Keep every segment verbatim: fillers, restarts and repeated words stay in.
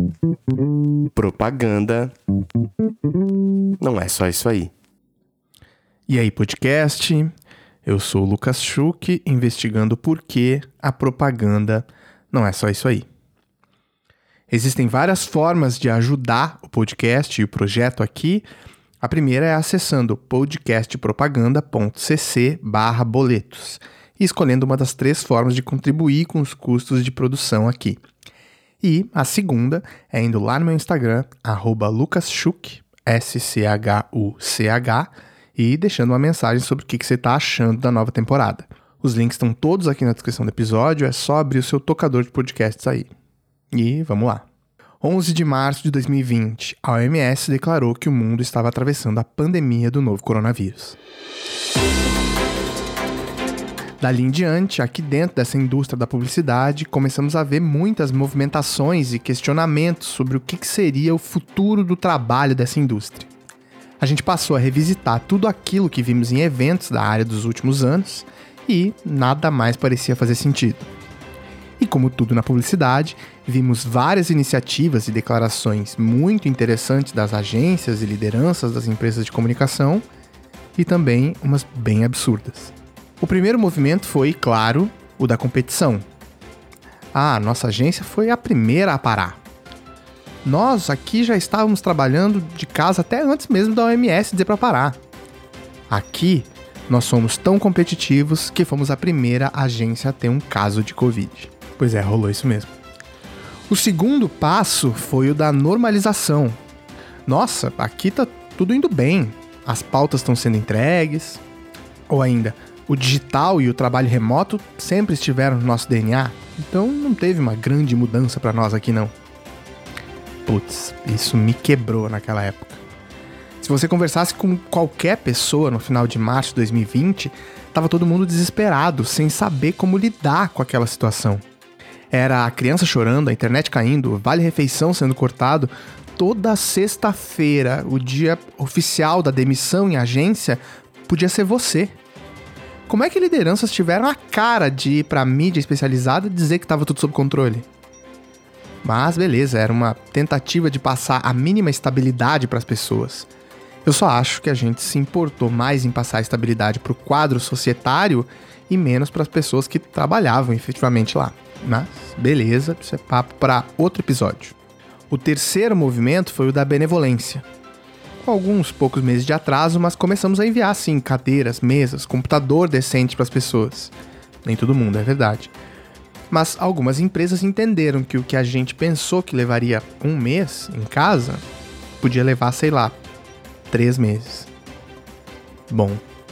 Propaganda não é só isso aí. E aí, podcast? Eu sou o Lucas Schuch, investigando por que a propaganda não é só isso aí. Existem várias formas de ajudar o podcast e o projeto aqui. A primeira é acessando podcastpropaganda.cc barra boletos e escolhendo uma das três formas de contribuir com os custos de produção aqui. E a segunda é indo lá no meu Instagram, arroba lucasschuch, S C H U C H, e deixando uma mensagem sobre o que você está achando da nova temporada. Os links estão todos aqui na descrição do episódio, é só abrir o seu tocador de podcasts aí. E vamos lá. onze de março de dois mil e vinte, a O M S declarou que o mundo estava atravessando a pandemia do novo coronavírus. Dali em diante, aqui dentro dessa indústria da publicidade, começamos a ver muitas movimentações e questionamentos sobre o que seria o futuro do trabalho dessa indústria. A gente passou a revisitar tudo aquilo que vimos em eventos da área dos últimos anos e nada mais parecia fazer sentido. E como tudo na publicidade, vimos várias iniciativas e declarações muito interessantes das agências e lideranças das empresas de comunicação e também umas bem absurdas. O primeiro movimento foi, claro, o da competição. Ah, nossa agência foi a primeira a parar. Nós aqui já estávamos trabalhando de casa até antes mesmo da O M S dizer para parar. Aqui, nós somos tão competitivos que fomos a primeira agência a ter um caso de Covid. Pois é, rolou isso mesmo. O segundo passo foi o da normalização. Nossa, aqui tá tudo indo bem. As pautas estão sendo entregues. Ou ainda, o digital e o trabalho remoto sempre estiveram no nosso D N A. Então não teve uma grande mudança para nós aqui não. Putz, isso me quebrou naquela época. Se você conversasse com qualquer pessoa no final de março de dois mil e vinte, tava todo mundo desesperado, sem saber como lidar com aquela situação. Era a criança chorando, a internet caindo, o vale-refeição sendo cortado. Toda sexta-feira, o dia oficial da demissão em agência, podia ser você. Como é que lideranças tiveram a cara de ir pra mídia especializada e dizer que estava tudo sob controle? Mas beleza, era uma tentativa de passar a mínima estabilidade para as pessoas. Eu só acho que a gente se importou mais em passar a estabilidade para o quadro societário e menos para as pessoas que trabalhavam efetivamente lá. Mas beleza, isso é papo para outro episódio. O terceiro movimento foi o da benevolência. Com alguns poucos meses de atraso, mas começamos a enviar sim cadeiras, mesas, computador decente para as pessoas. Nem todo mundo, é verdade. Mas algumas empresas entenderam que o que a gente pensou que levaria um mês em casa, podia levar, sei lá, três meses. Bom,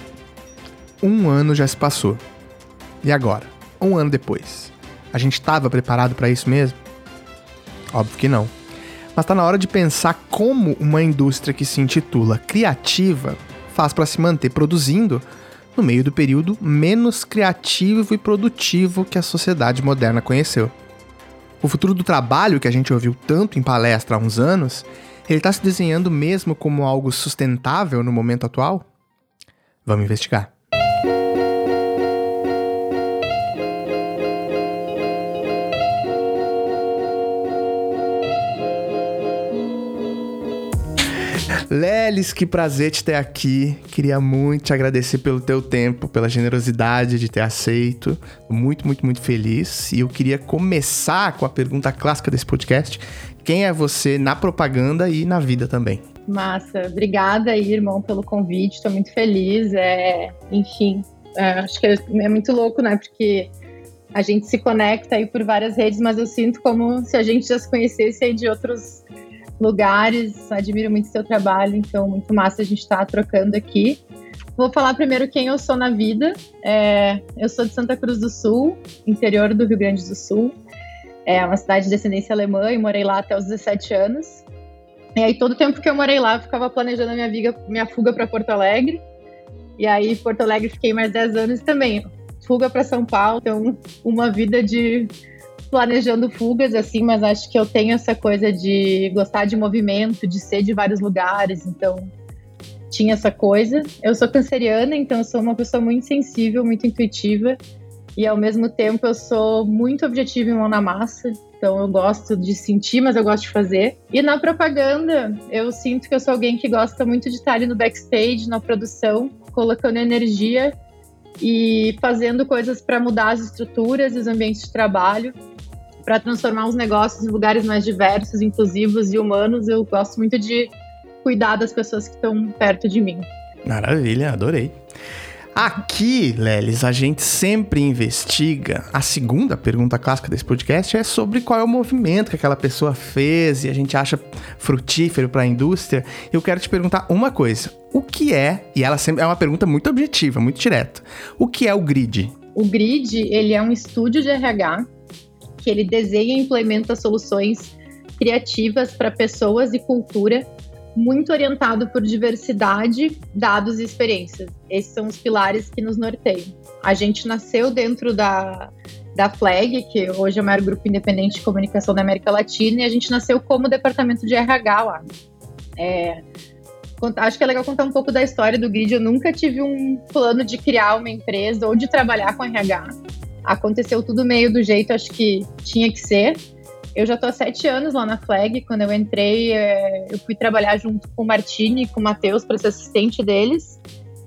um ano já se passou. E agora? Um ano depois. A gente estava preparado para isso mesmo? Óbvio que não. Mas tá na hora de pensar como uma indústria que se intitula criativa faz para se manter produzindo no meio do período menos criativo e produtivo que a sociedade moderna conheceu. O futuro do trabalho, que a gente ouviu tanto em palestra há uns anos, ele está se desenhando mesmo como algo sustentável no momento atual? Vamos investigar. Lelis, que prazer te ter aqui. Queria muito te agradecer pelo teu tempo, pela generosidade de ter aceito. Muito, muito, muito feliz. E eu queria começar com a pergunta clássica desse podcast. Quem é você na propaganda e na vida também? Massa. Obrigada aí, irmão, pelo convite. Estou muito feliz. É, enfim, é, acho que é muito louco, né? Porque a gente se conecta aí por várias redes, mas eu sinto como se a gente já se conhecesse aí de outros lugares. Admiro muito o seu trabalho, então muito massa a gente estar tá trocando aqui. Vou falar primeiro quem eu sou na vida. É, eu sou de Santa Cruz do Sul, interior do Rio Grande do Sul. É uma cidade de descendência alemã e morei lá até os dezessete anos. E aí todo o tempo que eu morei lá, eu ficava planejando a minha, viga, minha fuga para Porto Alegre. E aí em Porto Alegre fiquei mais dez anos também. Fuga para São Paulo, então uma vida de planejando fugas, assim, mas acho que eu tenho essa coisa de gostar de movimento, de ser de vários lugares, então tinha essa coisa. Eu sou canceriana, então eu sou uma pessoa muito sensível, muito intuitiva, e ao mesmo tempo eu sou muito objetiva e mão na massa. Então eu gosto de sentir, mas eu gosto de fazer. E na propaganda, eu sinto que eu sou alguém que gosta muito de estar ali no backstage, na produção, colocando energia e fazendo coisas para mudar as estruturas e os ambientes de trabalho, para transformar os negócios em lugares mais diversos, inclusivos e humanos. Eu gosto muito de cuidar das pessoas que estão perto de mim. Maravilha, adorei. Aqui, Lelis, a gente sempre investiga. A segunda pergunta clássica desse podcast é sobre qual é o movimento que aquela pessoa fez e a gente acha frutífero para a indústria. Eu quero te perguntar uma coisa. O que é, e ela sempre é uma pergunta muito objetiva, muito direta, o que é o Grid? O Grid, ele é um estúdio de R H que ele desenha e implementa soluções criativas para pessoas e cultura, muito orientado por diversidade, dados e experiências. Esses são os pilares que nos norteiam. A gente nasceu dentro da, da Flag, que hoje é o maior grupo independente de comunicação da América Latina, e a gente nasceu como departamento de R H lá. É, acho que é legal contar um pouco da história do Grid. Eu nunca tive um plano de criar uma empresa ou de trabalhar com R H. Aconteceu tudo meio do jeito, acho que tinha que ser. Eu já estou há sete anos lá na Flag. Quando eu entrei, é, eu fui trabalhar junto com o Martini e com o Matheus para ser assistente deles.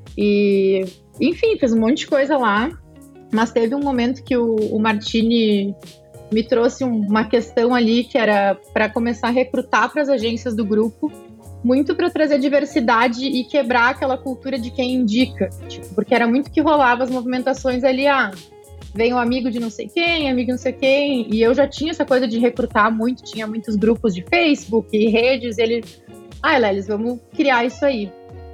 E, enfim, fiz um monte de coisa lá. Mas teve um momento que o, o Martini me trouxe um, uma questão ali que era para começar a recrutar para as agências do grupo, muito para trazer diversidade e quebrar aquela cultura de quem indica. Tipo, porque era muito que rolava as movimentações ali, ah, vem um amigo de não sei quem, amigo de não sei quem, e eu já tinha essa coisa de recrutar muito, tinha muitos grupos de Facebook e redes, e ele, ah, Lelis, vamos criar isso aí.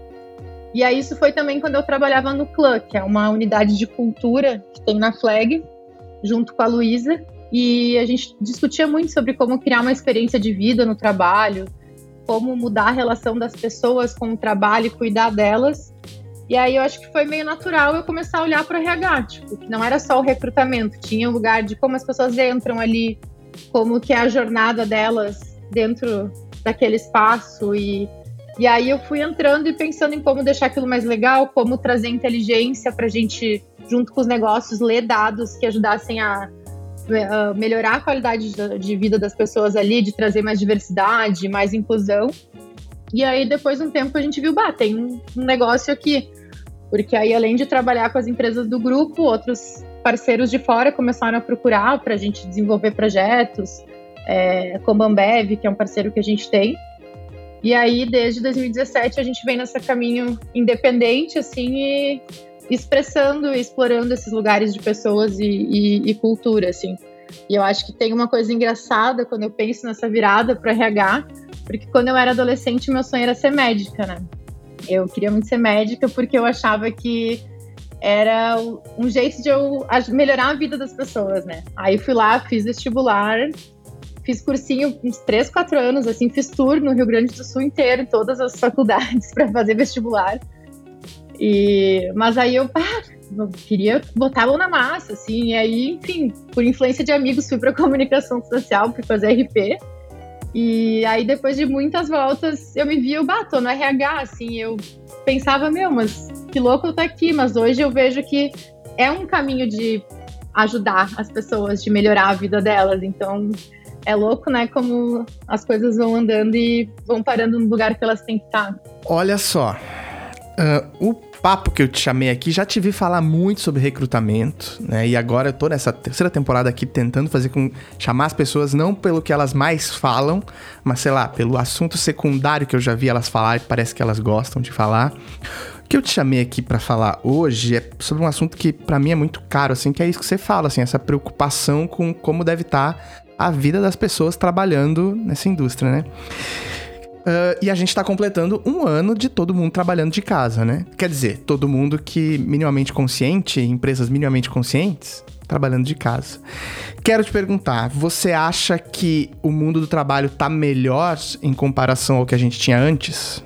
E aí isso foi também quando eu trabalhava no Clã, que é uma unidade de cultura que tem na Flag, junto com a Luísa, e a gente discutia muito sobre como criar uma experiência de vida no trabalho, como mudar a relação das pessoas com o trabalho e cuidar delas. E aí eu acho que foi meio natural eu começar a olhar para o R H, tipo, que não era só o recrutamento, tinha um lugar de como as pessoas entram ali, como que é a jornada delas dentro daquele espaço. E, e aí eu fui entrando e pensando em como deixar aquilo mais legal, como trazer inteligência para a gente, junto com os negócios, ler dados que ajudassem a, a melhorar a qualidade de, de vida das pessoas ali, de trazer mais diversidade, mais inclusão. E aí, depois de um tempo, a gente viu, bah, tem um, um negócio aqui. Porque aí, além de trabalhar com as empresas do grupo, outros parceiros de fora começaram a procurar para a gente desenvolver projetos, é, como a Ambev, que é um parceiro que a gente tem. E aí, desde dois mil e dezessete, a gente vem nesse caminho independente, assim, e expressando e explorando esses lugares de pessoas e, e, e cultura, assim. E eu acho que tem uma coisa engraçada quando eu penso nessa virada para R H, porque quando eu era adolescente, meu sonho era ser médica, né? Eu queria muito ser médica porque eu achava que era um jeito de eu melhorar a vida das pessoas, né? Aí fui lá, fiz vestibular, fiz cursinho uns três, quatro anos, assim, fiz tour no Rio Grande do Sul inteiro, em todas as faculdades para fazer vestibular. E, mas aí eu, ah, eu queria botar a mão na massa, assim, e aí, enfim, por influência de amigos, fui para comunicação social, fui fazer R P. E aí, depois de muitas voltas, eu me via, eu bato no R H, assim, eu pensava, meu, mas que louco eu tô aqui, mas hoje eu vejo que é um caminho de ajudar as pessoas, de melhorar a vida delas, então é louco, né, como as coisas vão andando e vão parando no lugar que elas têm que estar. Olha só, uh, o papo que eu te chamei aqui, já te vi falar muito sobre recrutamento, né? E agora eu tô nessa terceira temporada aqui tentando fazer com chamar as pessoas não pelo que elas mais falam, mas sei lá, pelo assunto secundário que eu já vi elas falar e parece que elas gostam de falar. O que eu te chamei aqui pra falar hoje é sobre um assunto que pra mim é muito caro, assim, que é isso que você fala, assim, essa preocupação com como deve estar a vida das pessoas trabalhando nessa indústria, né? Uh, e a gente tá completando um ano de todo mundo trabalhando de casa, né? Quer dizer, todo mundo que minimamente consciente, empresas minimamente conscientes, trabalhando de casa. Quero te perguntar, você acha que o mundo do trabalho tá melhor em comparação ao que a gente tinha antes?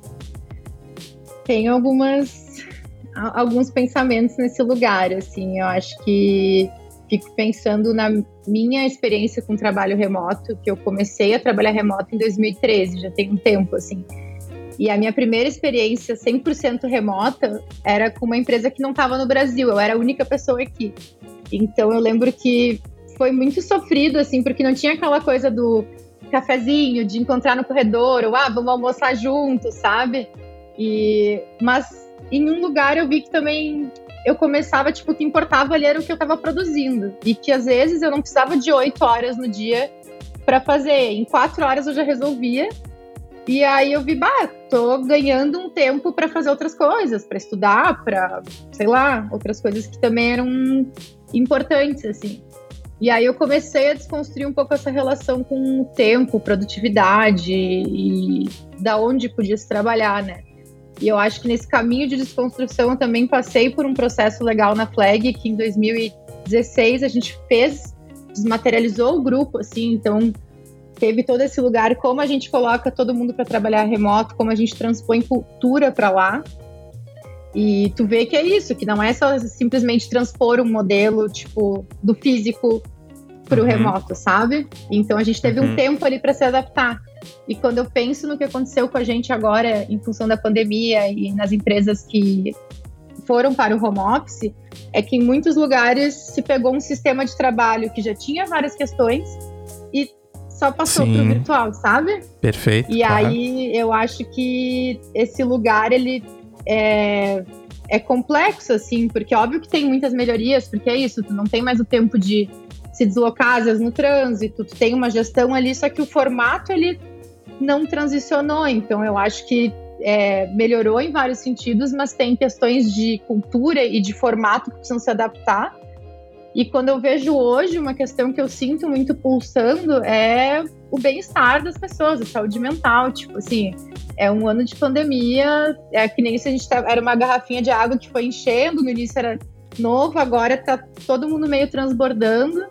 Tenho algumas, alguns pensamentos nesse lugar, assim, eu acho que fico pensando na minha experiência com trabalho remoto, que eu comecei a trabalhar remoto em dois mil e treze, já tem um tempo, assim. E a minha primeira experiência cem por cento remota era com uma empresa que não estava no Brasil, eu era a única pessoa aqui. Então eu lembro que foi muito sofrido, assim, porque não tinha aquela coisa do cafezinho, de encontrar no corredor, ou ah, vamos almoçar juntos, sabe? E, mas em um lugar eu vi que também eu começava, tipo, o que importava ali era o que eu estava produzindo. E que às vezes eu não precisava de oito horas no dia para fazer. Em quatro horas eu já resolvia. E aí eu vi, bah, tô ganhando um tempo para fazer outras coisas, para estudar, para, sei lá, outras coisas que também eram importantes, assim. E aí eu comecei a desconstruir um pouco essa relação com o tempo, produtividade e da onde podia se trabalhar, né? E eu acho que nesse caminho de desconstrução eu também passei por um processo legal na Flag, que em dois mil e dezesseis a gente fez, desmaterializou o grupo, assim, então teve todo esse lugar, como a gente coloca todo mundo para trabalhar remoto, como a gente transpõe cultura para lá. E tu vê que é isso, que não é só simplesmente transpor um modelo, tipo, do físico para o uhum. remoto, sabe? Então a gente teve uhum. um tempo ali para se adaptar. E quando eu penso no que aconteceu com a gente agora, em função da pandemia e nas empresas que foram para o home office, é que em muitos lugares se pegou um sistema de trabalho que já tinha várias questões e só passou para o virtual, sabe? Perfeito. E claro. Aí eu acho que esse lugar, ele é, é complexo, assim, porque óbvio que tem muitas melhorias, porque é isso, tu não tem mais o tempo de se deslocar, às vezes, no trânsito, tu tem uma gestão ali, só que o formato, ele não transicionou, então eu acho que é, melhorou em vários sentidos, mas tem questões de cultura e de formato que precisam se adaptar. E quando eu vejo hoje, uma questão que eu sinto muito pulsando é o bem-estar das pessoas, a saúde mental. Tipo assim, é um ano de pandemia, é que nem se a gente tá, era uma garrafinha de água que foi enchendo, no início era novo, agora tá todo mundo meio transbordando.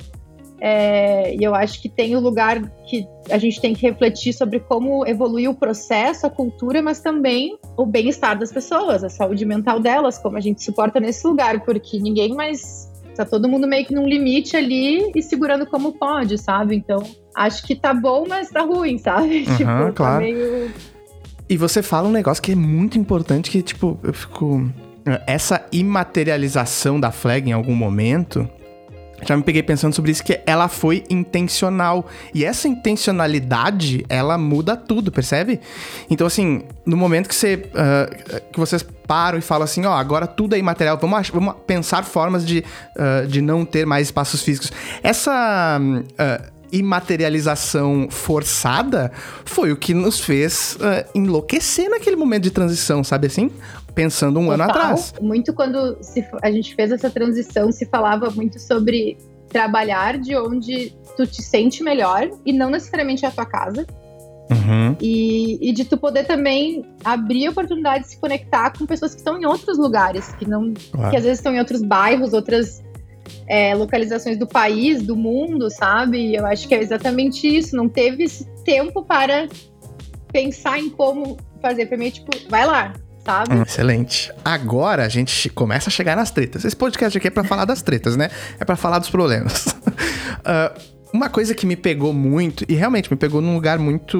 É, e eu acho que tem o lugar que a gente tem que refletir sobre como evoluir o processo, a cultura, mas também o bem-estar das pessoas, a saúde mental delas, como a gente suporta nesse lugar, porque ninguém mais... Tá todo mundo meio que num limite ali e segurando como pode, sabe? Então, acho que tá bom, mas tá ruim, sabe? Uhum, tipo, claro. Tá meio... E você fala um negócio que é muito importante, que, tipo, eu fico... Essa imaterialização da Flag em algum momento... Já me peguei pensando sobre isso, que ela foi intencional. E essa intencionalidade, ela muda tudo, percebe? Então, assim, no momento que, você, uh, que vocês param e falam assim, ó, agora tudo é imaterial, vamos, vamos pensar formas de, uh, de não ter mais espaços físicos. Essa... Uh, imaterialização forçada foi o que nos fez uh, enlouquecer naquele momento de transição, sabe assim? Pensando um Total. ano atrás. Muito quando se, a gente fez essa transição, se falava muito sobre trabalhar de onde tu te sente melhor e não necessariamente a tua casa. Uhum. E, e de tu poder também abrir a oportunidade de se conectar com pessoas que estão em outros lugares, que, não, claro. que às vezes estão em outros bairros, outras... É, localizações do país, do mundo, sabe? E eu acho que é exatamente isso. Não teve esse tempo para pensar em como fazer. Pra mim, tipo, vai lá, sabe? Excelente. Agora a gente começa a chegar nas tretas. Esse podcast aqui é pra falar das tretas, né? É pra falar dos problemas. uh, uma coisa que me pegou muito, e realmente me pegou num lugar muito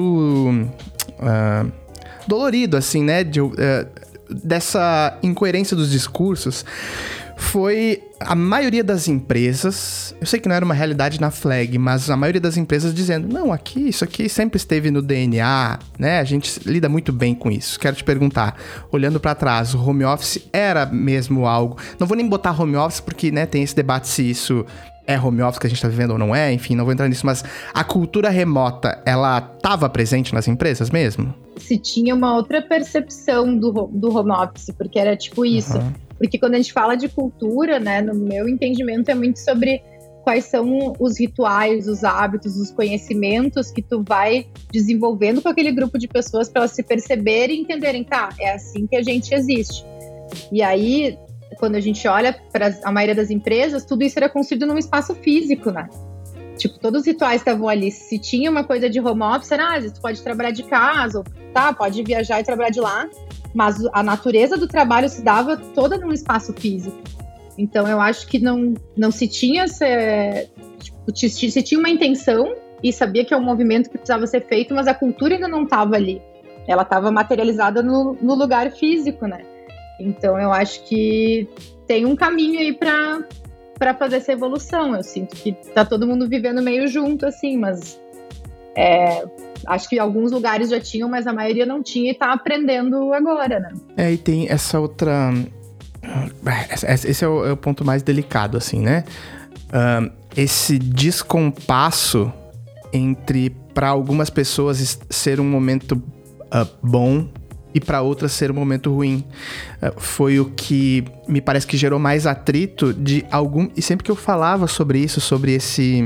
uh, dolorido, assim, né? De, uh, dessa incoerência dos discursos, foi a maioria das empresas, eu sei que não era uma realidade na Flag, mas a maioria das empresas dizendo, não, aqui, isso aqui sempre esteve no D N A, né? A gente lida muito bem com isso. Quero te perguntar, olhando pra trás, o home office era mesmo algo... Não vou nem botar home office porque, né, tem esse debate se isso é home office que a gente tá vivendo ou não é, enfim, não vou entrar nisso, mas a cultura remota, ela tava presente nas empresas mesmo? Se tinha uma outra percepção do, do home office, porque era tipo isso... Uhum. Porque quando a gente fala de cultura, né, no meu entendimento é muito sobre quais são os rituais, os hábitos, os conhecimentos que tu vai desenvolvendo com aquele grupo de pessoas para elas se perceberem e entenderem, tá, é assim que a gente existe. E aí, quando a gente olha para a maioria das empresas, tudo isso era construído num espaço físico, né? Tipo, todos os rituais estavam ali. Se tinha uma coisa de home office, era, ah, tu pode trabalhar de casa, ou, tá, pode viajar e trabalhar de lá. Mas a natureza do trabalho se dava toda num espaço físico. Então, eu acho que não, não se tinha... Se, tipo, se tinha uma intenção e sabia que é um movimento que precisava ser feito, mas a cultura ainda não estava ali. Ela estava materializada no, no lugar físico, né? Então, eu acho que tem um caminho aí para para fazer essa evolução. Eu sinto que tá todo mundo vivendo meio junto, assim, mas é, acho que alguns lugares já tinham, mas a maioria não tinha e tá aprendendo agora, né? É, e tem essa outra... Esse é o, é o ponto mais delicado, assim, né? Uh, esse descompasso entre, para algumas pessoas, ser um momento uh, bom e para outras ser um momento ruim. Uh, foi o que me parece que gerou mais atrito de algum... E sempre que eu falava sobre isso, sobre esse...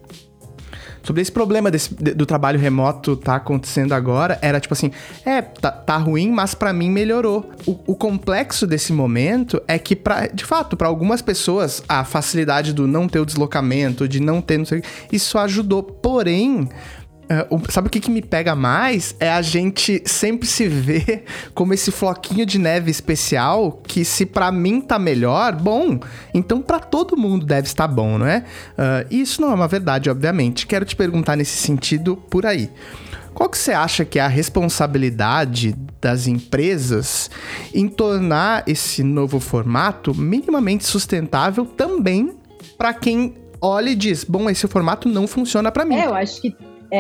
Sobre esse problema desse, do trabalho remoto tá acontecendo agora, era tipo assim, é, tá, tá ruim, mas pra mim melhorou. O, o complexo desse momento é que, pra, de fato, pra algumas pessoas, a facilidade do não ter o deslocamento, de não ter, não sei, isso ajudou. Porém, Uh, sabe o que, que me pega mais? É a gente sempre se ver como esse floquinho de neve especial que, se pra mim tá melhor, bom, então pra todo mundo deve estar bom, não é? Uh, e isso não é uma verdade, obviamente. Quero te perguntar nesse sentido por aí. Qual que você acha que é a responsabilidade das empresas em tornar esse novo formato minimamente sustentável também pra quem olha e diz, bom, esse formato não funciona pra mim? É, eu acho que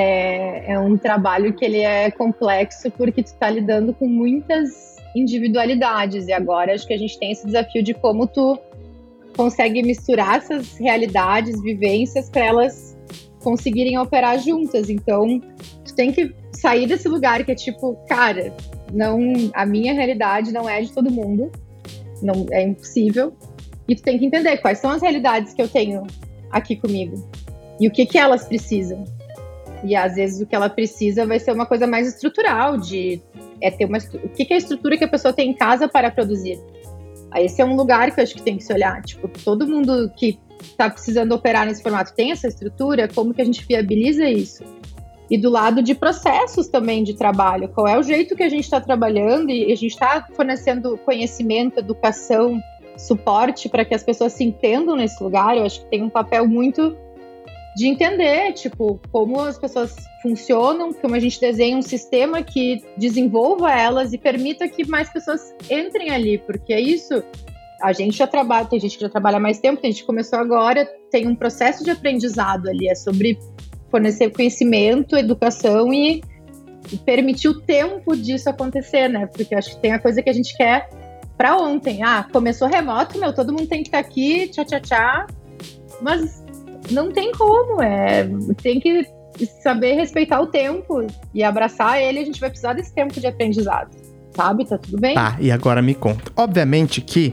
É, é um trabalho que ele é complexo porque tu tá lidando com muitas individualidades e agora acho que a gente tem esse desafio de como tu consegue misturar essas realidades, vivências para elas conseguirem operar juntas. Então tu tem que sair desse lugar que é tipo, cara, não, a minha realidade não é de todo mundo, não, é impossível, e tu tem que entender quais são as realidades que eu tenho aqui comigo e o que que elas precisam. E às vezes o que ela precisa vai ser uma coisa mais estrutural, de é ter uma, o que, que é a estrutura que a pessoa tem em casa para produzir. Aí esse é um lugar que eu acho que tem que se olhar. Tipo, todo mundo que está precisando operar nesse formato tem essa estrutura, como que a gente viabiliza isso? E do lado de processos também de trabalho, qual é o jeito que a gente está trabalhando e a gente está fornecendo conhecimento, educação, suporte para que as pessoas se entendam nesse lugar. Eu acho que tem um papel muito de entender, tipo, como as pessoas funcionam, como a gente desenha um sistema que desenvolva elas e permita que mais pessoas entrem ali, porque é isso, a gente já trabalha, tem gente que já trabalha há mais tempo, tem gente que começou agora, tem um processo de aprendizado ali, é sobre fornecer conhecimento, educação e, e permitir o tempo disso acontecer, né, porque acho que tem a coisa que a gente quer pra ontem, ah, começou remoto, meu, todo mundo tem que estar aqui, tchá, tchá, tchá, mas não tem como, é, tem que saber respeitar o tempo e abraçar ele, a gente vai precisar desse tempo de aprendizado, sabe? Tá tudo bem? Tá, e agora me conta. Obviamente que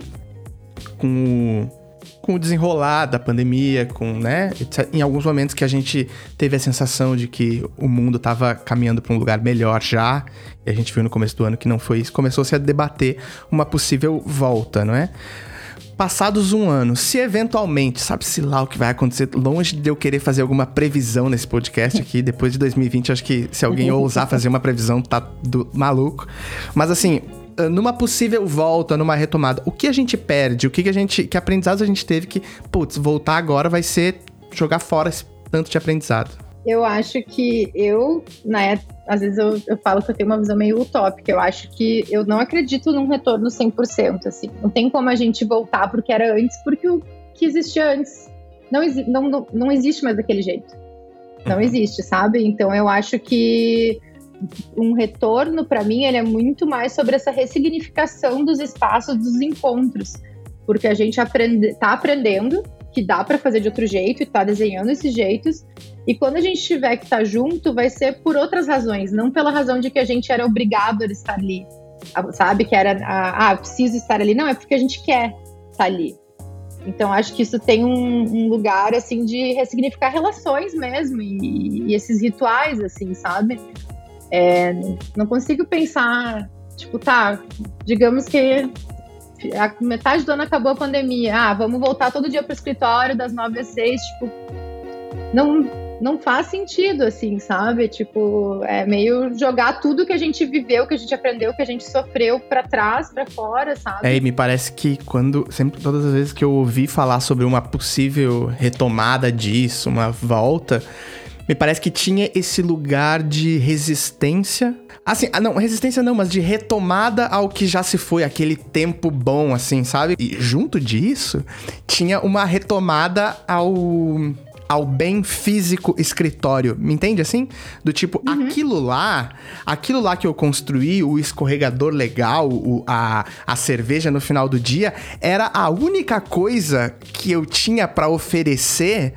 com o, com o desenrolar da pandemia, com, né, em alguns momentos que a gente teve a sensação de que o mundo tava caminhando para um lugar melhor já, e a gente viu no começo do ano que não foi isso, começou-se a debater uma possível volta, não é? Passados um ano, se eventualmente, sabe-se lá o que vai acontecer, longe de eu querer fazer alguma previsão nesse podcast aqui, depois de dois mil e vinte, acho que se alguém ousar fazer uma previsão, tá do maluco. Mas assim, numa possível volta, numa retomada, o que a gente perde? O que, que a gente, que aprendizados a gente teve que, putz, voltar agora vai ser jogar fora esse tanto de aprendizado? Eu acho que eu, né, às vezes eu, eu falo que eu tenho uma visão meio utópica, eu acho que eu não acredito num retorno cem por cento, assim, não tem como a gente voltar pro que era antes, porque o que existia antes não, não, não, não existe mais daquele jeito, não existe, sabe? Então eu acho que um retorno, para mim, ele é muito mais sobre essa ressignificação dos espaços, dos encontros, porque a gente aprende, tá aprendendo que dá para fazer de outro jeito e tá desenhando esses jeitos, e quando a gente tiver que estar junto, vai ser por outras razões, não pela razão de que a gente era obrigado a estar ali, sabe? Que era, ah, preciso estar ali. Não, é porque a gente quer estar ali. Então, acho que isso tem um, um lugar, assim, de ressignificar relações mesmo, e, e esses rituais, assim, sabe? É, não consigo pensar, tipo, tá, digamos que a metade do ano acabou a pandemia, ah, vamos voltar todo dia pro escritório das nove às seis, tipo, não, não faz sentido, assim, sabe? Tipo, é meio jogar tudo que a gente viveu, que a gente aprendeu, que a gente sofreu pra trás, pra fora, sabe? É, e me parece que quando, sempre, todas as vezes que eu ouvi falar sobre uma possível retomada disso, uma volta, Me parece que tinha esse lugar de resistência. Assim, ah, não, resistência não, mas de retomada ao que já se foi, aquele tempo bom, assim, sabe? E junto disso, tinha uma retomada ao... ao bem físico escritório, me entende assim? Do tipo, uhum. aquilo lá, aquilo lá que eu construí, o escorregador legal, o, a, a cerveja no final do dia, era a única coisa que eu tinha pra oferecer,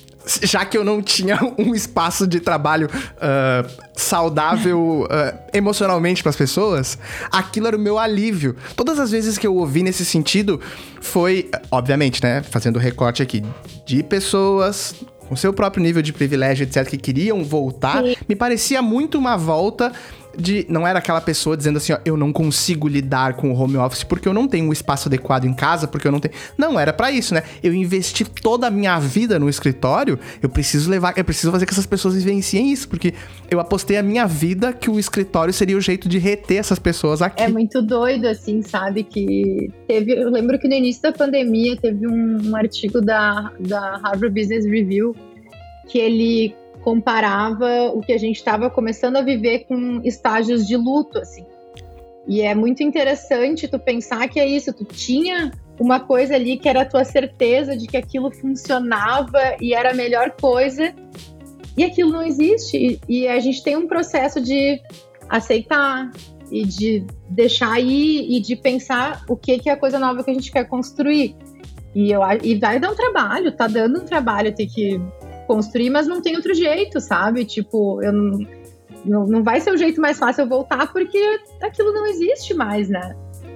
já que eu não tinha um espaço de trabalho uh, saudável uh, emocionalmente pras pessoas, aquilo era o meu alívio. Todas as vezes que eu ouvi nesse sentido, foi, obviamente, né, fazendo recorte aqui, de pessoas com seu próprio nível de privilégio, etcétera, que queriam voltar, Sim. me parecia muito uma volta de... Não era aquela pessoa dizendo assim, ó, eu não consigo lidar com o home office porque eu não tenho um espaço adequado em casa, porque eu não tenho... Não, era pra isso, né? Eu investi toda a minha vida no escritório, eu preciso levar... Eu preciso fazer que essas pessoas vivenciem isso, porque eu apostei a minha vida que o escritório seria o jeito de reter essas pessoas aqui. É muito doido, assim, sabe? Que teve... Eu lembro que no início da pandemia teve um, um artigo da, da Harvard Business Review que ele comparava o que a gente estava começando a viver com estágios de luto, assim. E é muito interessante tu pensar que é isso, tu tinha uma coisa ali que era a tua certeza de que aquilo funcionava e era a melhor coisa, e aquilo não existe. E, e a gente tem um processo de aceitar e de deixar ir e de pensar o que, que é a coisa nova que a gente quer construir. E, eu, e vai dar um trabalho, tá dando um trabalho ter que construir, mas não tem outro jeito, sabe? Tipo, eu não, não, não vai ser o jeito mais fácil eu voltar porque aquilo não existe mais, né?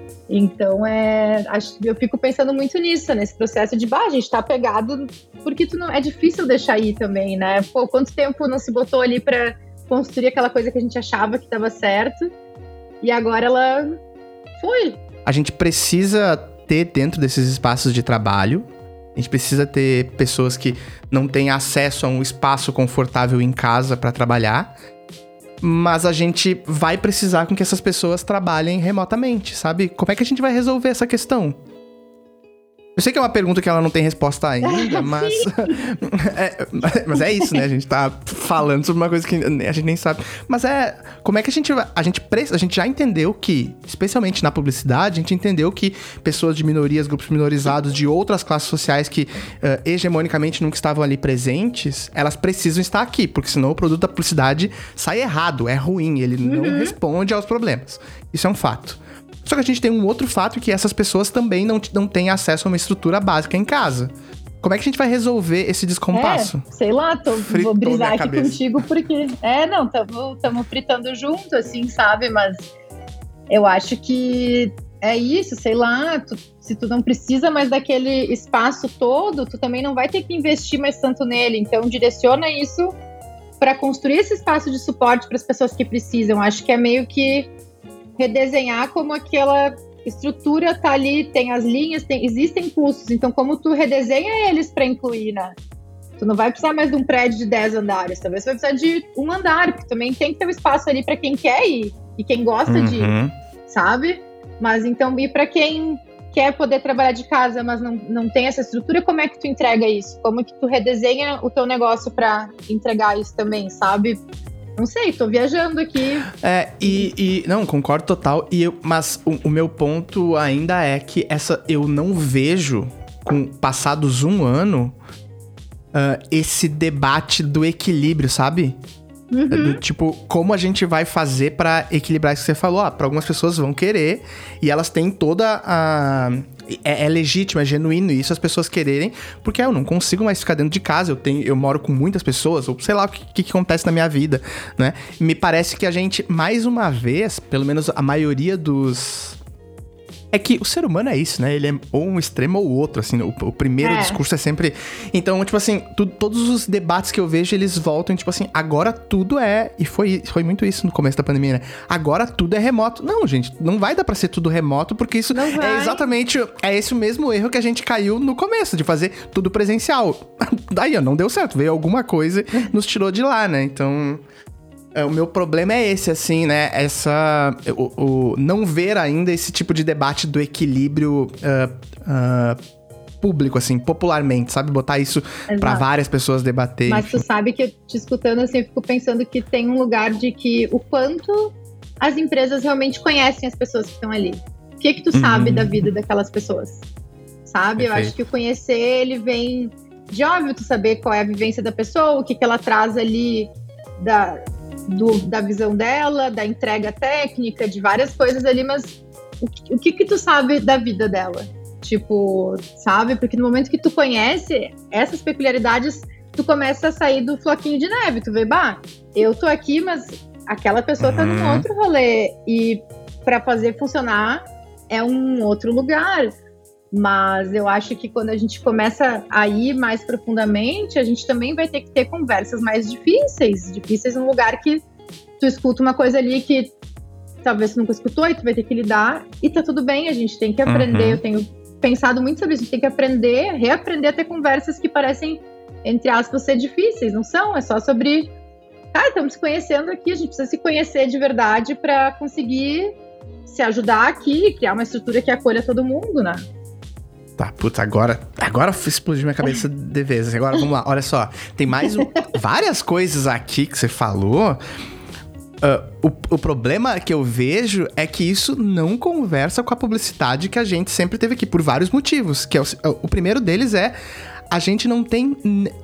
Então, é, acho, eu fico pensando muito nisso, nesse processo de, bah, a gente tá apegado porque tu não, é difícil deixar ir também, né? Pô, quanto tempo não se botou ali pra construir aquela coisa que a gente achava que tava certo e agora ela foi. A gente precisa ter dentro desses espaços de trabalho, a gente precisa ter pessoas que não têm acesso a um espaço confortável em casa para trabalhar, mas a gente vai precisar com que essas pessoas trabalhem remotamente, sabe? Como é que a gente vai resolver essa questão? Eu sei que é uma pergunta que ela não tem resposta ainda, mas... é, mas é isso, né? A gente tá falando sobre uma coisa que a gente nem sabe. Mas é... Como é que a gente vai... A gente, a gente já entendeu que, especialmente na publicidade, a gente entendeu que pessoas de minorias, grupos minorizados, de outras classes sociais que uh, hegemonicamente nunca estavam ali presentes, elas precisam estar aqui, porque senão o produto da publicidade sai errado, é ruim, ele uhum. não responde aos problemas. Isso é um fato. Só que a gente tem um outro fato, que essas pessoas também não, não têm acesso a uma estrutura básica em casa. Como é que a gente vai resolver esse descompasso? É, sei lá, tô, vou brisar aqui cabeça. contigo, porque... É, não, estamos fritando junto, assim, sabe? Mas eu acho que é isso, sei lá, tu, se tu não precisa mais daquele espaço todo, tu também não vai ter que investir mais tanto nele. Então, direciona isso para construir esse espaço de suporte para as pessoas que precisam. Acho que é meio que redesenhar como aquela estrutura tá ali, tem as linhas, tem, existem custos, então como tu redesenha eles para incluir, né? Tu não vai precisar mais de um prédio de dez andares, talvez você vai precisar de um andar, porque também tem que ter um espaço ali para quem quer ir e quem gosta uhum. de ir, sabe? Mas então, e para quem quer poder trabalhar de casa, mas não, não tem essa estrutura, como é que tu entrega isso? Como que tu redesenha o teu negócio para entregar isso também, sabe? Não sei, tô viajando aqui. É, e... e não, concordo total. E eu, mas o, o meu ponto ainda é que essa, eu não vejo, com passados um ano, uh, esse debate do equilíbrio, sabe? Uhum. Do, tipo, como a gente vai fazer pra equilibrar isso que você falou? Ah, pra algumas pessoas vão querer, e elas têm toda a... É, é legítimo, é genuíno isso, as pessoas quererem, porque eu não consigo mais ficar dentro de casa, eu, tenho, eu moro com muitas pessoas, ou sei lá o que, que, que acontece na minha vida, né? Me parece que a gente, mais uma vez, pelo menos a maioria dos... É que o ser humano é isso, né? Ele é ou um extremo ou outro, assim. O, o primeiro é. discurso é sempre... Então, tipo assim, tu, todos os debates que eu vejo, eles voltam, tipo assim, agora tudo é... E foi, foi muito isso no começo da pandemia, né? Agora tudo é remoto. Não, gente, não vai dar pra ser tudo remoto, porque isso é exatamente... É esse o mesmo erro que a gente caiu no começo, de fazer tudo presencial. Daí, ó, não deu certo. Veio alguma coisa e nos tirou de lá, né? Então... O meu problema é esse, assim, né? Essa... O, o não ver ainda esse tipo de debate do equilíbrio uh, uh, público, assim, popularmente, sabe? Botar isso Exato. Pra várias pessoas debater. Mas tu sabe que, eu te escutando assim, eu fico pensando que tem um lugar de que o quanto as empresas realmente conhecem as pessoas que estão ali. O que que tu sabe Uhum. da vida daquelas pessoas? Sabe? Perfeito. Eu acho que o conhecer, ele vem de óbvio tu saber qual é a vivência da pessoa, o que que ela traz ali da, do, da visão dela, da entrega técnica, de várias coisas ali, mas o que, o que que tu sabe da vida dela? Tipo, sabe? Porque no momento que tu conhece essas peculiaridades, tu começa a sair do floquinho de neve. Tu vê, bah, eu tô aqui, mas aquela pessoa tá num Uhum. outro rolê. E pra fazer funcionar é um outro lugar. Mas eu acho que quando a gente começa a ir mais profundamente, a gente também vai ter que ter conversas mais difíceis. Difíceis num lugar que tu escuta uma coisa ali que talvez tu nunca escutou e tu vai ter que lidar. E tá tudo bem, a gente tem que aprender. Uhum. Eu tenho pensado muito sobre isso. A gente tem que aprender, reaprender a ter conversas que parecem, entre aspas, ser difíceis. Não são, é só sobre... Cara, estamos se conhecendo aqui, a gente precisa se conhecer de verdade para conseguir se ajudar aqui, criar uma estrutura que acolha todo mundo, né? Tá, puta, agora, agora explodiu minha cabeça de vez. Agora, vamos lá, olha só. Tem mais um, várias coisas aqui que você falou. Uh, o, o problema que eu vejo é que isso não conversa com a publicidade que a gente sempre teve aqui, por vários motivos. Que é o, o primeiro deles é, a gente não tem...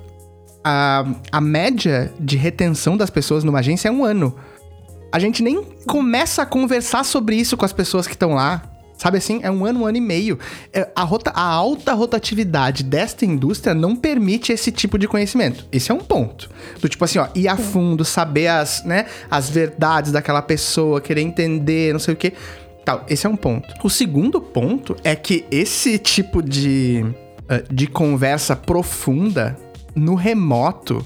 A, a média de retenção das pessoas numa agência é um ano. A gente nem começa a conversar sobre isso com as pessoas que estão lá. Sabe assim? É um ano, um ano e meio. A, rota, a alta rotatividade desta indústria não permite esse tipo de conhecimento. Esse é um ponto. Do tipo assim, ó, ir a fundo, saber as, né, as verdades daquela pessoa, querer entender, não sei o quê. Tal, esse é um ponto. O segundo ponto é que esse tipo de, de conversa profunda no remoto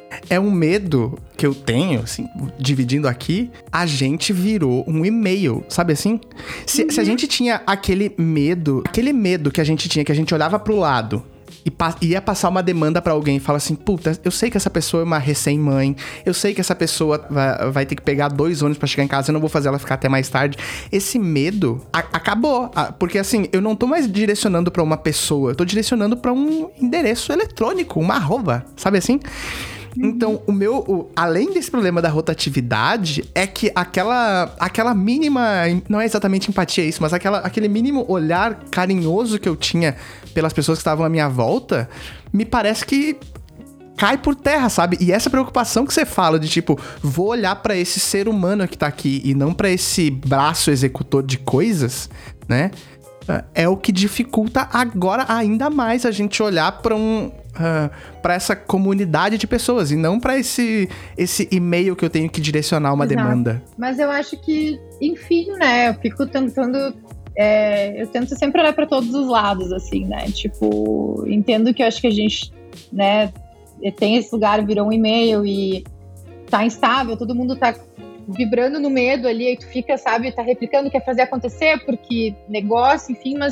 é um medo que eu tenho, assim, dividindo aqui, a gente virou um e-mail, sabe assim? Se, uhum. se a gente tinha aquele medo, aquele medo que a gente tinha, que a gente olhava pro lado e pa- ia passar uma demanda pra alguém e fala assim, puta, eu sei que essa pessoa é uma recém-mãe, eu sei que essa pessoa vai, vai ter que pegar dois ônibus pra chegar em casa, eu não vou fazer ela ficar até mais tarde. Esse medo a- acabou, a- porque assim, eu não tô mais direcionando pra uma pessoa, eu tô direcionando pra um endereço eletrônico, uma arroba, sabe assim? Então, o meu, o, além desse problema da rotatividade, é que aquela, aquela mínima, não é exatamente empatia isso, mas aquela, aquele mínimo olhar carinhoso que eu tinha pelas pessoas que estavam à minha volta, me parece que cai por terra, sabe? E essa preocupação que você fala de tipo, vou olhar pra esse ser humano que tá aqui e não pra esse braço executor de coisas, né? É o que dificulta agora ainda mais a gente olhar pra um... Uh, para essa comunidade de pessoas e não para esse, esse e-mail que eu tenho que direcionar uma Exato. demanda. Mas eu acho que, enfim, né, eu fico tentando, é, eu tento sempre olhar para todos os lados, assim, né, tipo, entendo que eu acho que a gente, né, tem esse lugar, virou um e-mail e tá instável, todo mundo tá vibrando no medo ali, aí tu fica, sabe, tá replicando, quer fazer acontecer porque negócio, enfim, mas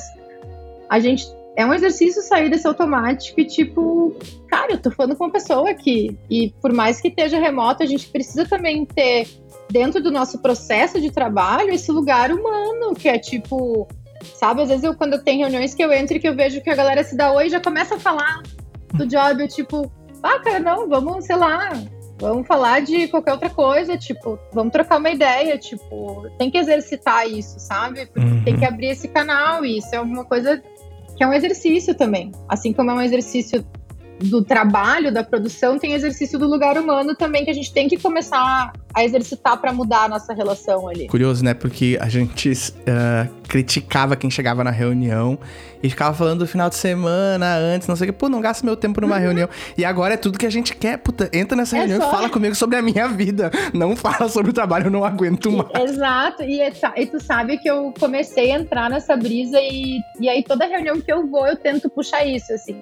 a gente é um exercício sair desse automático e tipo, cara, eu tô falando com uma pessoa aqui. E por mais que esteja remoto, a gente precisa também ter, dentro do nosso processo de trabalho, esse lugar humano, que é tipo, sabe? Às vezes eu, quando eu tenho reuniões que eu entro e que eu vejo que a galera se dá oi e já começa a falar do job, eu tipo, ah, cara, não, vamos, sei lá, vamos falar de qualquer outra coisa, tipo, vamos trocar uma ideia, tipo, tem que exercitar isso, sabe? Porque Uhum. tem que abrir esse canal e isso é uma coisa... que é um exercício também. Assim como é um exercício do trabalho, da produção, tem exercício do lugar humano também, que a gente tem que começar a exercitar para mudar a nossa relação ali. Curioso, né? Porque a gente uh, criticava quem chegava na reunião e ficava falando do final de semana, antes, não sei o que. Pô, não gasta meu tempo numa uhum. reunião. E agora é tudo que a gente quer. Puta, entra nessa é reunião só... e fala comigo sobre a minha vida. Não fala sobre o trabalho, eu não aguento mais. Exato. E, e tu sabe que eu comecei a entrar nessa brisa e, e aí toda reunião que eu vou, eu tento puxar isso, assim.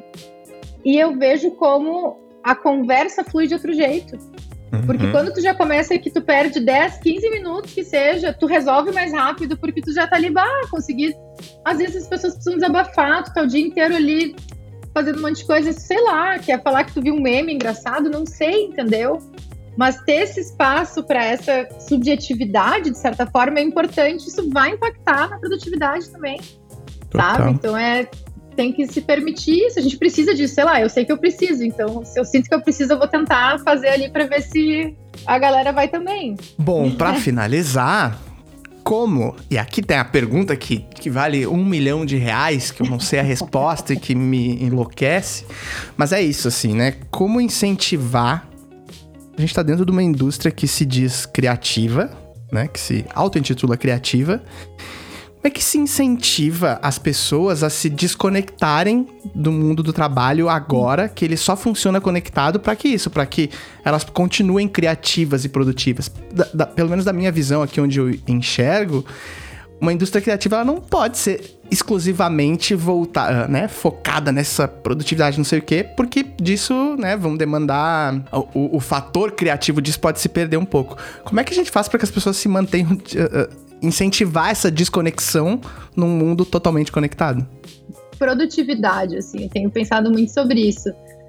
E eu vejo como a conversa flui de outro jeito. Uhum. Porque quando tu já começa que tu perde dez, quinze minutos que seja, tu resolve mais rápido porque tu já tá ali, bah, conseguir... Às vezes as pessoas precisam desabafar, tu tá o dia inteiro ali fazendo um monte de coisa, sei lá, quer falar que tu viu um meme engraçado, não sei, entendeu? Mas ter esse espaço para essa subjetividade, de certa forma, é importante, isso vai impactar na produtividade também, Total. Sabe? Então é... tem que se permitir isso, a gente precisa disso, sei lá, eu sei que eu preciso, então se eu sinto que eu preciso, eu vou tentar fazer ali pra ver se a galera vai também. Bom, pra finalizar, como? E aqui tem a pergunta que, que vale um milhão de reais, que eu não sei a resposta e que me enlouquece, mas é isso, assim, né? Como incentivar... A gente tá dentro de uma indústria que se diz criativa, né? Que se auto-intitula criativa. Como é que se incentiva as pessoas a se desconectarem do mundo do trabalho agora, que ele só funciona conectado para que isso? Para que elas continuem criativas e produtivas. Da, da, pelo menos da minha visão aqui, onde eu enxergo, uma indústria criativa ela não pode ser exclusivamente voltada, né, focada nessa produtividade, não sei o quê, porque disso, né, vão demandar... O, o, o fator criativo disso pode se perder um pouco. Como é que a gente faz para que as pessoas se mantenham... Uh, incentivar essa desconexão num mundo totalmente conectado? Produtividade, assim, eu tenho pensado muito sobre isso.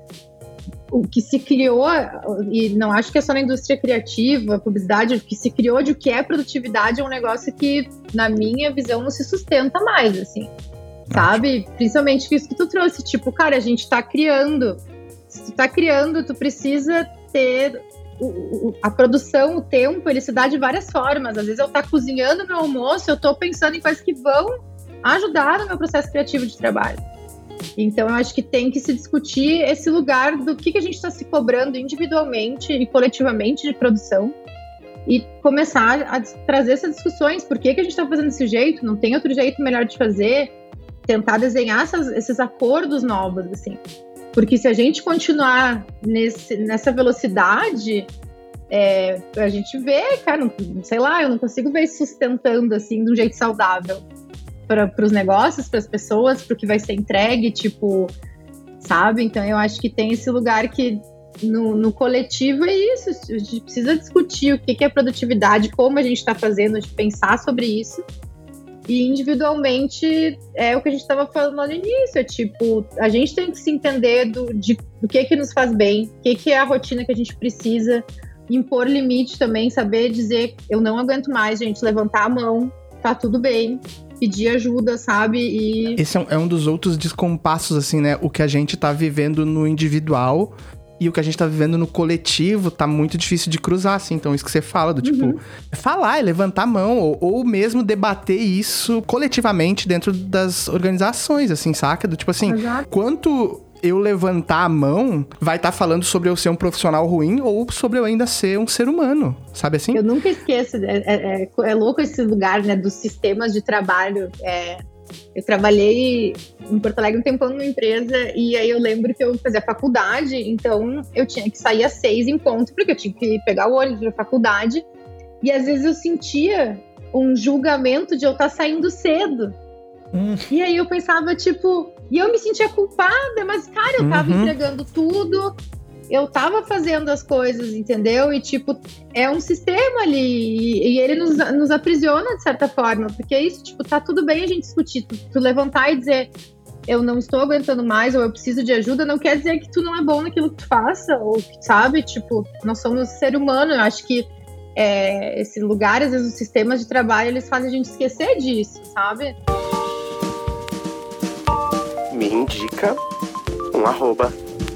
O que se criou, e não acho que é só na indústria criativa, publicidade, o que se criou de o que é produtividade é um negócio que, na minha visão, não se sustenta mais, assim, sabe? Acho. Principalmente isso que tu trouxe, tipo, cara, a gente tá criando. Se tu tá criando, tu precisa ter... O, o, a produção, o tempo, ele se dá de várias formas. Às vezes eu tô cozinhando meu almoço, eu tô pensando em coisas que vão ajudar no meu processo criativo de trabalho. Então eu acho que tem que se discutir esse lugar do que, que a gente está se cobrando individualmente e coletivamente de produção e começar a trazer essas discussões. Por que, que a gente está fazendo desse jeito? Não tem outro jeito melhor de fazer? Tentar desenhar essas, esses acordos novos, assim. Porque se a gente continuar nesse, nessa velocidade, é, a gente vê, cara, não, sei lá, eu não consigo ver isso sustentando assim de um jeito saudável para os negócios, para as pessoas, para o que vai ser entregue, tipo, sabe? Então eu acho que tem esse lugar que no, no coletivo é isso, a gente precisa discutir o que, que é produtividade, como a gente está fazendo, de pensar sobre isso. E individualmente é o que a gente estava falando no início, é tipo, a gente tem que se entender do, de, do que que nos faz bem, o que que é a rotina que a gente precisa, impor limite também, saber dizer, eu não aguento mais, gente, levantar a mão, tá tudo bem, pedir ajuda, sabe? E... Esse é um, é um dos outros descompassos, assim, né? O que a gente tá vivendo no individual e o que a gente tá vivendo no coletivo tá muito difícil de cruzar, assim. Então, isso que você fala, do tipo, uhum. falar e levantar a mão, ou, ou mesmo debater isso coletivamente dentro das organizações, assim, saca? Do tipo assim, Exato. Quanto eu levantar a mão vai estar tá falando sobre eu ser um profissional ruim ou sobre eu ainda ser um ser humano, sabe assim? Eu nunca esqueço, é, é, é louco esse lugar, né, dos sistemas de trabalho. É, eu trabalhei em Porto Alegre um tempão numa empresa e aí eu lembro que eu fazia faculdade, então eu tinha que sair às seis em ponto, porque eu tinha que pegar o ônibus pra faculdade e às vezes eu sentia um julgamento de eu estar saindo cedo. Hum. E aí eu pensava, tipo... E eu me sentia culpada, mas, cara, eu tava uhum. entregando tudo, eu tava fazendo as coisas, entendeu? E, tipo, é um sistema ali, e, e ele nos, nos aprisiona, de certa forma, porque é isso, tipo, tá tudo bem a gente discutir, tu, tu levantar e dizer, eu não estou aguentando mais, ou eu preciso de ajuda, não quer dizer que tu não é bom naquilo que tu faça, ou, sabe? Tipo, nós somos ser humano, eu acho que é, esse lugar, às vezes, os sistemas de trabalho, eles fazem a gente esquecer disso, sabe? Me indica um arroba.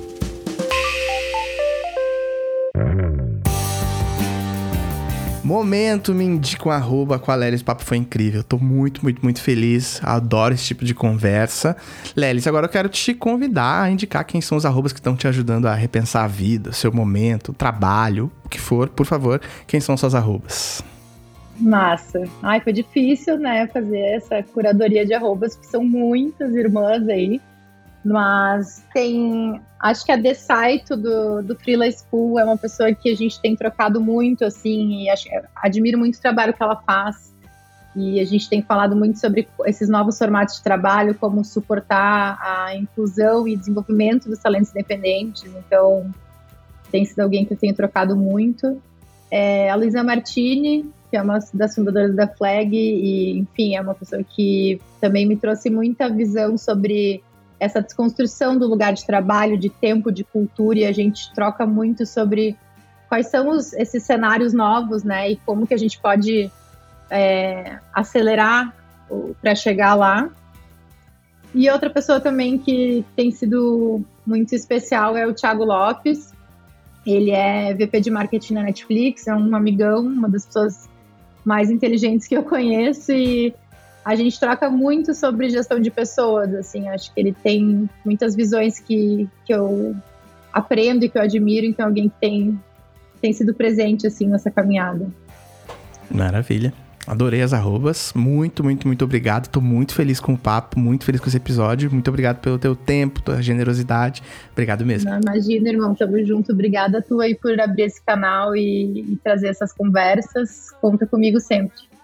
Momento, me indica um arroba com a Lélia. Esse papo foi incrível. Tô muito, muito, muito feliz. Adoro esse tipo de conversa. Lélia, agora eu quero te convidar a indicar quem são os arrobas que estão te ajudando a repensar a vida, seu momento, trabalho, o que for. Por favor, quem são suas arrobas? Massa. Ai, foi difícil, né, fazer essa curadoria de arrobas, porque são muitas irmãs aí, mas tem, acho que a Dessaito do, do Freela School é uma pessoa que a gente tem trocado muito, assim, e acho, admiro muito o trabalho que ela faz, e a gente tem falado muito sobre esses novos formatos de trabalho, como suportar a inclusão e desenvolvimento dos talentos independentes, então tem sido alguém que eu tenho trocado muito. É, a Luísa Martini, que é uma das fundadoras da Flag, e, enfim, é uma pessoa que também me trouxe muita visão sobre essa desconstrução do lugar de trabalho, de tempo, de cultura, e a gente troca muito sobre quais são os, esses cenários novos, né, e como que a gente pode é, acelerar para chegar lá. E outra pessoa também que tem sido muito especial é o Thiago Lopes. Ele é V P de marketing na Netflix, é um amigão, uma das pessoas mais inteligentes que eu conheço, e a gente troca muito sobre gestão de pessoas, assim, acho que ele tem muitas visões que, que eu aprendo e que eu admiro, então alguém que tem, tem sido presente, assim, nessa caminhada. Maravilha. Adorei as arrobas, muito, muito, muito obrigado, tô muito feliz com o papo, muito feliz com esse episódio, muito obrigado pelo teu tempo, tua generosidade, obrigado mesmo. Não, imagina, irmão, tamo junto, obrigada a tu aí por abrir esse canal e, e trazer essas conversas, conta comigo sempre.